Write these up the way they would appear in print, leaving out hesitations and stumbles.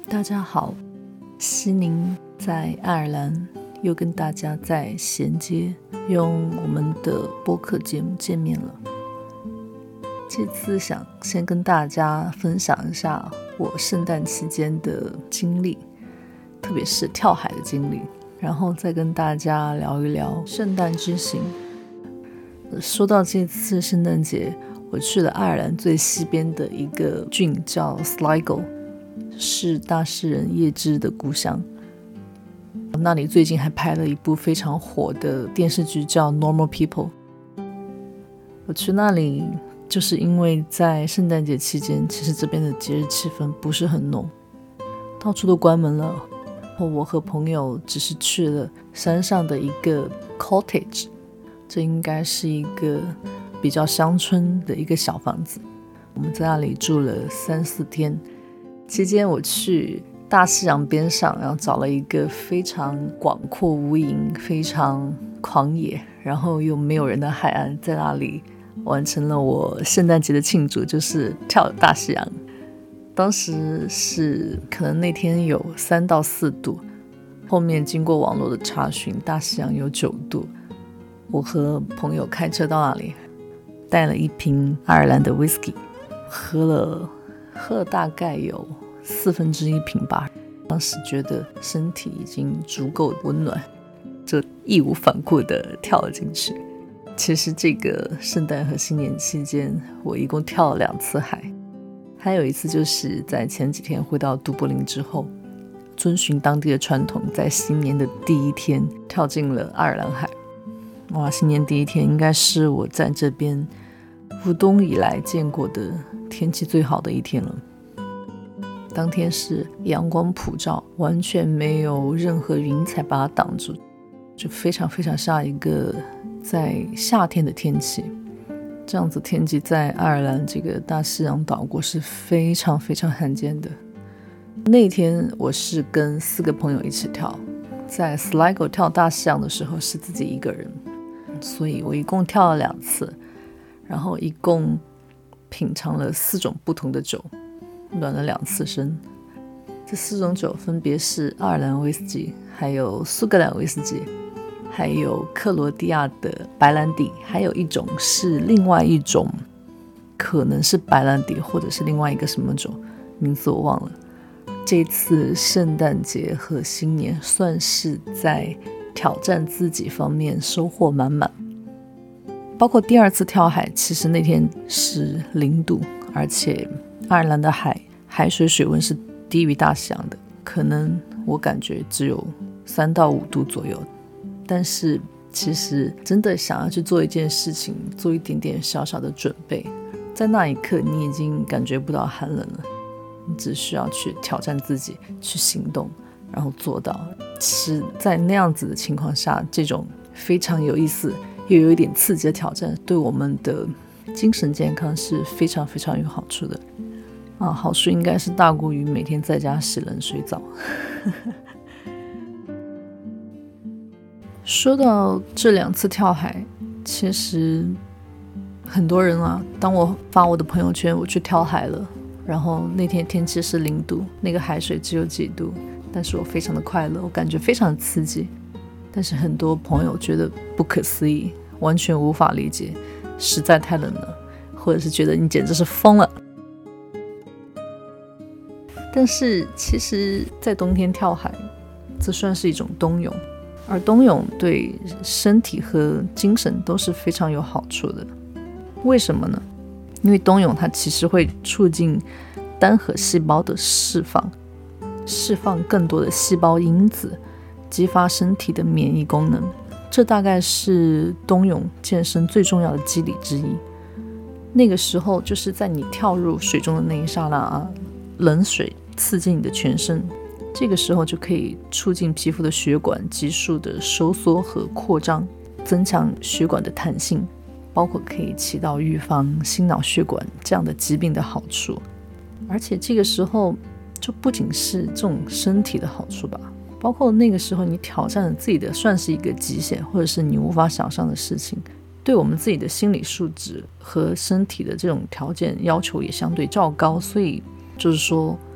大家好，西宁在爱尔兰又跟大家在衔接，用我们的播客节目见面了。这次想先跟大家分享一下我圣诞期间的经历，特别是跳海的经历，然后再跟大家聊一聊圣诞之行。说到这次圣诞节，我去了爱尔兰最西边的一个郡叫 Sligo， 是大诗人叶芝的故乡。那里最近还拍了一部非常火的电视剧叫 Normal People。 我去那里就是因为在圣诞节期间，其实这边的节日气氛不是很浓，到处都关门了。我和朋友只是去了山上的一个 cottage， 这应该是一个比较乡村的一个小房子。我们在那里住了3-4天，期间我去大西洋边上，然后找了一个非常广阔无垠、非常狂野，然后又没有人的海岸，在那里完成了我圣诞节的庆祝，就是跳大西洋。当时是可能那天有3到4度，后面经过网络的查询，大西洋有9度。我和朋友开车到那里，带了一瓶爱尔兰的 whisky， 喝了大概有1/4瓶吧。当时觉得身体已经足够温暖，就义无反顾地跳了进去。其实这个圣诞和新年期间，我一共跳了2次海，还有一次就是在前几天回到都柏林之后，遵循当地的传统，在新年的第一天跳进了爱尔兰海。哇，新年第一天应该是我在这边入冬以来见过的天气最好的一天了。当天是阳光普照，完全没有任何云彩把它挡住，就非常非常像一个在夏天的天气。这样子天气在爱尔兰这个大西洋岛国是非常非常罕见的。那天我是跟4个朋友一起跳，在 Sligo 跳大西洋的时候是自己一个人，所以我一共跳了2次，然后一共品尝了4种不同的酒，暖了2次身。这4种酒分别是爱尔兰威士忌，还有苏格兰威士忌，还有克罗地亚的白兰地，还有一种是另外一种，可能是白兰地或者是另外一个什么酒，名字我忘了。这次圣诞节和新年算是在挑战自己方面收获满满。包括第2次跳海，其实那天是0度，而且爱尔兰的海水水温是低于大西洋的，可能我感觉只有3到5度左右。但是其实真的想要去做一件事情，做一点点小小的准备，在那一刻你已经感觉不到寒冷了，你只需要去挑战自己，去行动，然后做到。是在那样子的情况下，这种非常有意思又有一点刺激的挑战，对我们的精神健康是非常非常有好处的。好处应该是大过于每天在家洗冷水澡。说到这2次跳海，其实很多人当我发我的朋友圈我去跳海了，然后那天天气是0度，那个海水只有几度，但是我非常的快乐，我感觉非常的刺激。但是很多朋友觉得不可思议，完全无法理解，实在太冷了，或者是觉得你简直是疯了。但是其实在冬天跳海，这算是一种冬泳，而冬泳对身体和精神都是非常有好处的。为什么呢？因为冬泳它其实会促进单核细胞的释放更多的细胞因子，激发身体的免疫功能。这大概是冬泳健身最重要的机理之一。那个时候就是在你跳入水中的那一刹那，冷水刺激你的全身，这个时候就可以促进皮肤的血管急速的收缩和扩张，增强血管的弹性，包括可以起到预防心脑血管这样的疾病的好处。而且这个时候就不仅是这种身体的好处吧，包括那个时候你挑战了自己的算是一个极限，或者是你无法想象的事情，对我们自己的心理素质和身体的这种条件要求也相对较高。所以就是说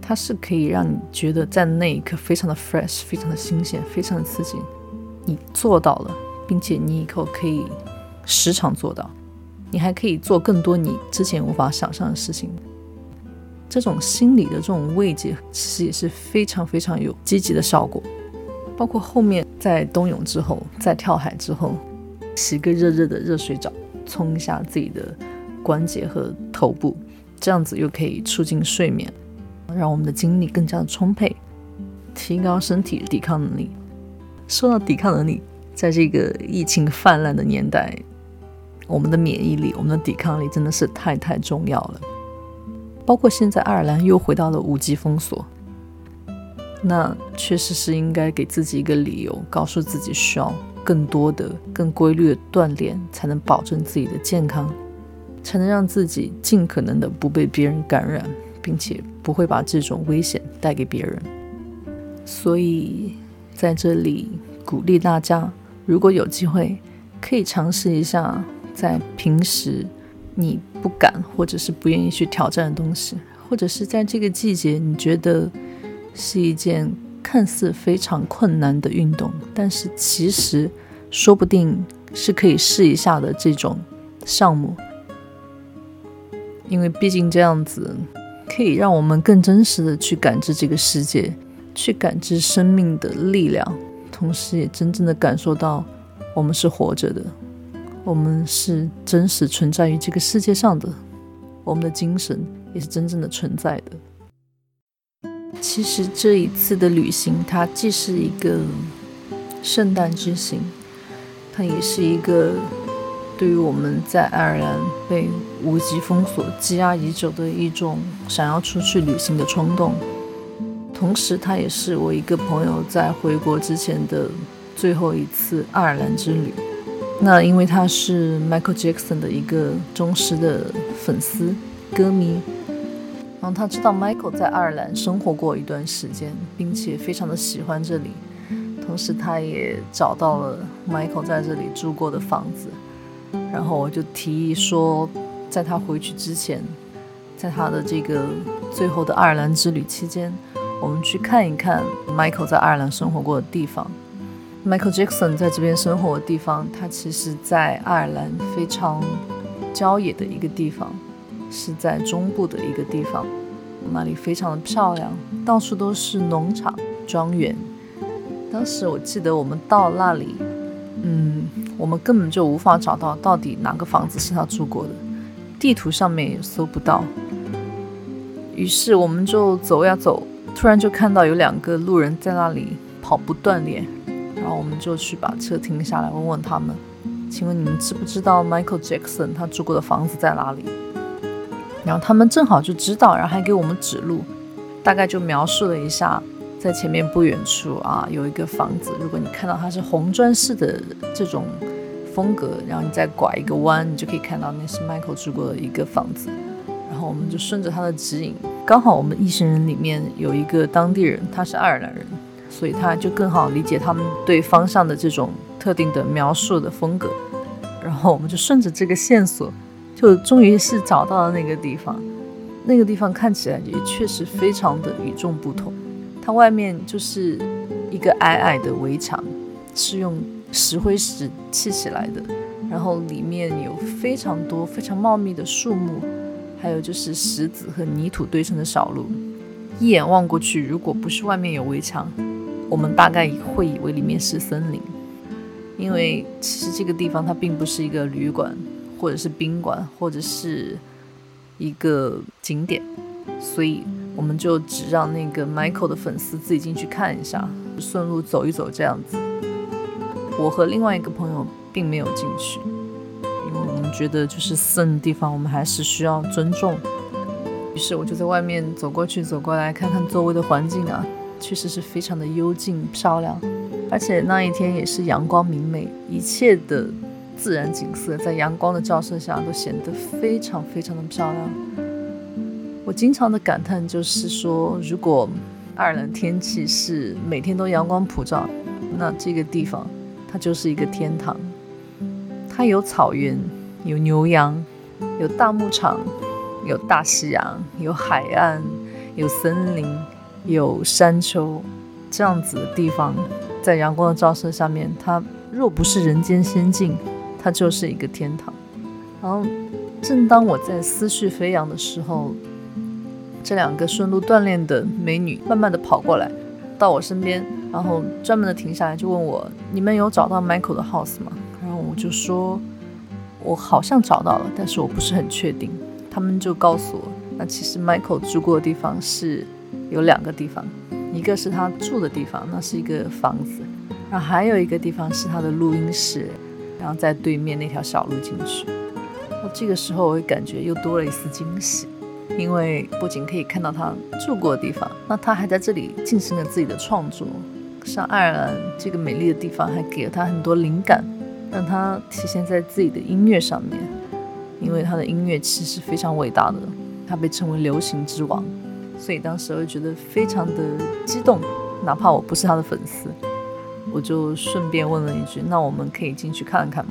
它是可以让你觉得在那一刻非常的 fresh， 非常的新鲜，非常的刺激。你做到了，并且你以后可以时常做到，你还可以做更多你之前无法想象的事情。这种心理的这种慰藉其实也是非常非常有积极的效果。包括后面在冬泳之后，在跳海之后，洗个热热的热水澡，冲一下自己的关节和头部，这样子又可以促进睡眠，让我们的精力更加的充沛，提高身体抵抗能力。说到抵抗能力，在这个疫情泛滥的年代，我们的免疫力，我们的抵抗力真的是太重要了。包括现在爱尔兰又回到了5级封锁，那确实是应该给自己一个理由，告诉自己需要更多的更规律的锻炼，才能保证自己的健康，才能让自己尽可能的不被别人感染，并且不会把这种危险带给别人。所以在这里鼓励大家，如果有机会可以尝试一下在平时你不敢或者是不愿意去挑战的东西，或者是在这个季节你觉得是一件看似非常困难的运动，但是其实说不定是可以试一下的这种项目。因为毕竟这样子可以让我们更真实的去感知这个世界，去感知生命的力量，同时也真正的感受到我们是活着的，我们是真实存在于这个世界上的，我们的精神也是真正的存在的。其实这一次的旅行，它既是一个圣诞之行，它也是一个对于我们在爱尔兰被5级封锁积压已久的一种想要出去旅行的冲动。同时它也是我一个朋友在回国之前的最后一次爱尔兰之旅。那因为他是 Michael Jackson 的一个忠实的粉丝歌迷，然后他知道 Michael 在爱尔兰生活过一段时间，并且非常的喜欢这里，同时他也找到了 Michael 在这里住过的房子。然后我就提议说，在他回去之前，在他的这个最后的爱尔兰之旅期间，我们去看一看 Michael 在爱尔兰生活过的地方。Michael Jackson 在这边生活的地方，他其实在爱尔兰非常郊野的一个地方，是在中部的一个地方，那里非常的漂亮，到处都是农场庄园。当时我记得我们到那里，我们根本就无法找到底哪个房子是他住过的，地图上面也搜不到。于是我们就走呀走，突然就看到有2个路人在那里跑步锻炼，然后我们就去把车停下来问问他们，请问你们知不知道 Michael Jackson 他住过的房子在哪里？然后他们正好就知道，然后还给我们指路，大概就描述了一下，在前面不远处有一个房子，如果你看到它是红砖式的这种风格，然后你再拐一个弯，你就可以看到那是 Michael 住过的一个房子。然后我们就顺着他的指引，刚好我们一行人里面有一个当地人，他是爱尔兰人，所以他就更好理解他们对方向的这种特定的描述的风格。然后我们就顺着这个线索，就终于是找到了那个地方。那个地方看起来也确实非常的与众不同，它外面就是一个矮矮的围墙，是用石灰石砌起来的，然后里面有非常多非常茂密的树木，还有就是石子和泥土堆成的小路。一眼望过去，如果不是外面有围墙，我们大概会以为里面是森林。因为其实这个地方它并不是一个旅馆或者是宾馆或者是一个景点，所以我们就只让那个 Michael 的粉丝自己进去看一下，顺路走一走这样子。我和另外一个朋友并没有进去，因为我们觉得就是私人的地方我们还是需要尊重。于是我就在外面走过去走过来，看看周围的环境确实是非常的幽静漂亮，而且那一天也是阳光明媚，一切的自然景色在阳光的照射下都显得非常非常的漂亮。我经常的感叹就是说，如果爱尔兰天气是每天都阳光普照，那这个地方它就是一个天堂。它有草原，有牛羊，有大牧场，有大西洋，有海岸， 有森林，有山丘这样子的地方，在阳光的照射下面，它若不是人间仙境，它就是一个天堂。然后正当我在思绪飞扬的时候，这2个顺路锻炼的美女慢慢的跑过来到我身边，然后专门的停下来就问我，你们有找到 Michael 的 house 吗？然后我就说我好像找到了，但是我不是很确定。他们就告诉我，那其实 Michael 住过的地方是有2个地方，一个是他住的地方，那是一个房子，然后还有一个地方是他的录音室，然后在对面那条小路进去。这个时候我会感觉又多了一丝惊喜，因为不仅可以看到他住过的地方，那他还在这里进行了自己的创作。像爱尔兰这个美丽的地方还给了他很多灵感，让他体现在自己的音乐上面，因为他的音乐其实是非常伟大的，他被称为流行之王。所以当时我会觉得非常的激动，哪怕我不是他的粉丝，我就顺便问了一句，那我们可以进去看看吗？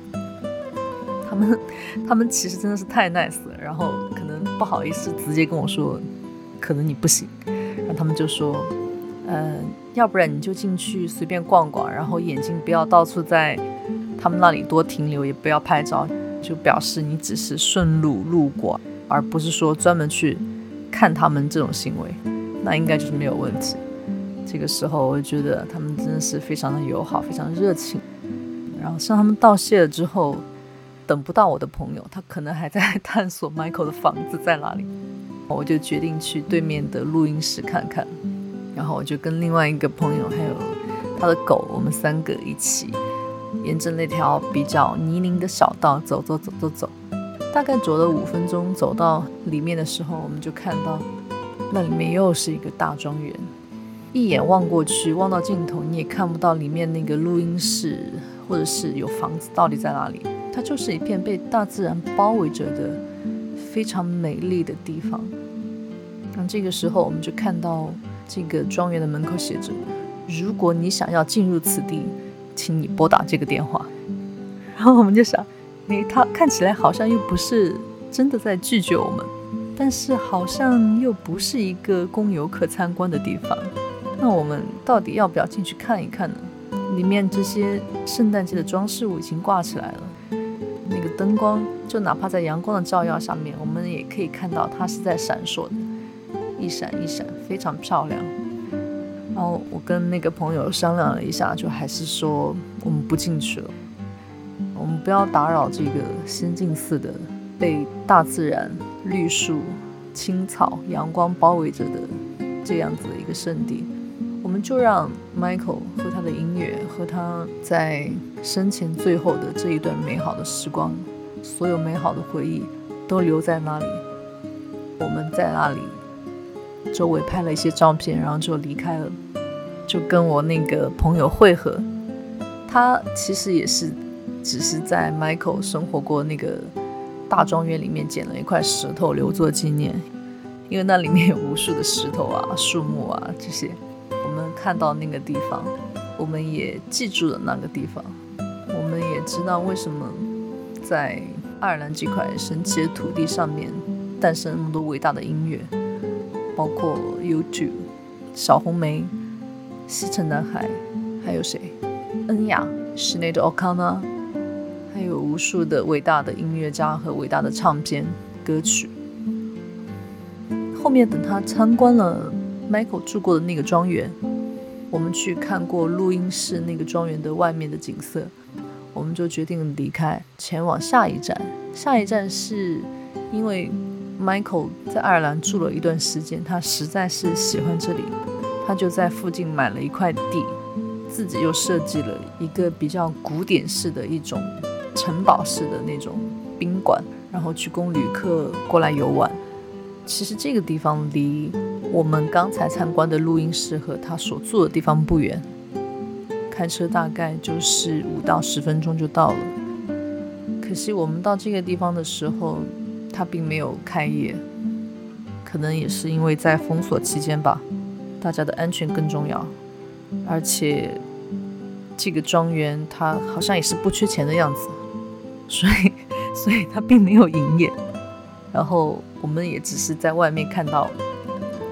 他们其实真的是太 nice 了，然后可能不好意思直接跟我说可能你不行，然后他们就说要不然你就进去随便逛逛，然后眼睛不要到处在他们那里多停留，也不要拍照，就表示你只是顺路路过，而不是说专门去看他们这种行为，那应该就是没有问题。这个时候我觉得他们真的是非常的友好，非常热情。然后向他们道谢了之后，等不到我的朋友，他可能还在探索 Michael 的房子在哪里，我就决定去对面的录音室看看。然后我就跟另外一个朋友还有他的狗，我们3个一起沿着那条比较泥泞的小道走，大概走了5分钟，走到里面的时候，我们就看到那里面又是一个大庄园，一眼望过去，望到尽头，你也看不到里面那个录音室或者是有房子到底在哪里，它就是一片被大自然包围着的非常美丽的地方。那这个时候我们就看到这个庄园的门口写着，如果你想要进入此地，请你拨打这个电话。然后我们就想，他看起来好像又不是真的在拒绝我们，但是好像又不是一个供游客参观的地方，那我们到底要不要进去看一看呢？里面这些圣诞节的装饰物已经挂起来了，那个灯光就哪怕在阳光的照耀下面，我们也可以看到它是在闪烁的，一闪一闪，非常漂亮。然后我跟那个朋友商量了一下，就还是说我们不进去了，我们不要打扰这个仙境似的被大自然、绿树、青草、阳光包围着的这样子的一个圣地。我们就让 Michael 和他的音乐，和他在生前最后的这一段美好的时光，所有美好的回忆都留在那里。我们在那里周围拍了一些照片，然后就离开了，就跟我那个朋友会合。他其实也是只是在 Michael 生活过那个大庄园里面捡了一块石头留作纪念，因为那里面有无数的石头啊、树木啊这些，我们看到那个地方，我们也记住了那个地方，我们也知道为什么在爱尔兰这块神奇的土地上面诞生那么多伟大的音乐，包括 U2、 小红莓、西城男孩，还有谁，恩雅、室内的 O'Connor， 还有无数的伟大的音乐家和伟大的唱片歌曲。后面等他参观了 Michael 住过的那个庄园，我们去看过录音室那个庄园的外面的景色，我们就决定离开，前往下一站。下一站是因为 Michael 在爱尔兰住了一段时间，他实在是喜欢这里，他就在附近买了一块地，自己又设计了一个比较古典式的一种城堡式的那种宾馆，然后去供旅客过来游玩。其实这个地方离我们刚才参观的录音室和他所住的地方不远，开车大概就是5到10分钟就到了。可惜我们到这个地方的时候，它并没有开业，可能也是因为在封锁期间吧，大家的安全更重要。而且这个庄园它好像也是不缺钱的样子，所以它并没有营业。然后我们也只是在外面看到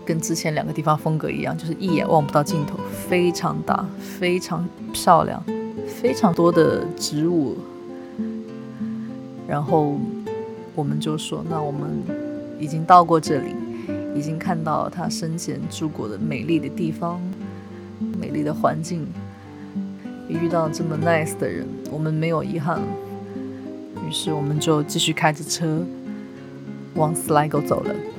跟之前2个地方风格一样，就是一眼望不到尽头，非常大，非常漂亮，非常多的植物。然后我们就说，那我们已经到过这里，已经看到他生前住过的美丽的地方，美丽的环境，也遇到这么 nice 的人，我们没有遗憾了。于是我们就继续开着车往 Sligo 走了。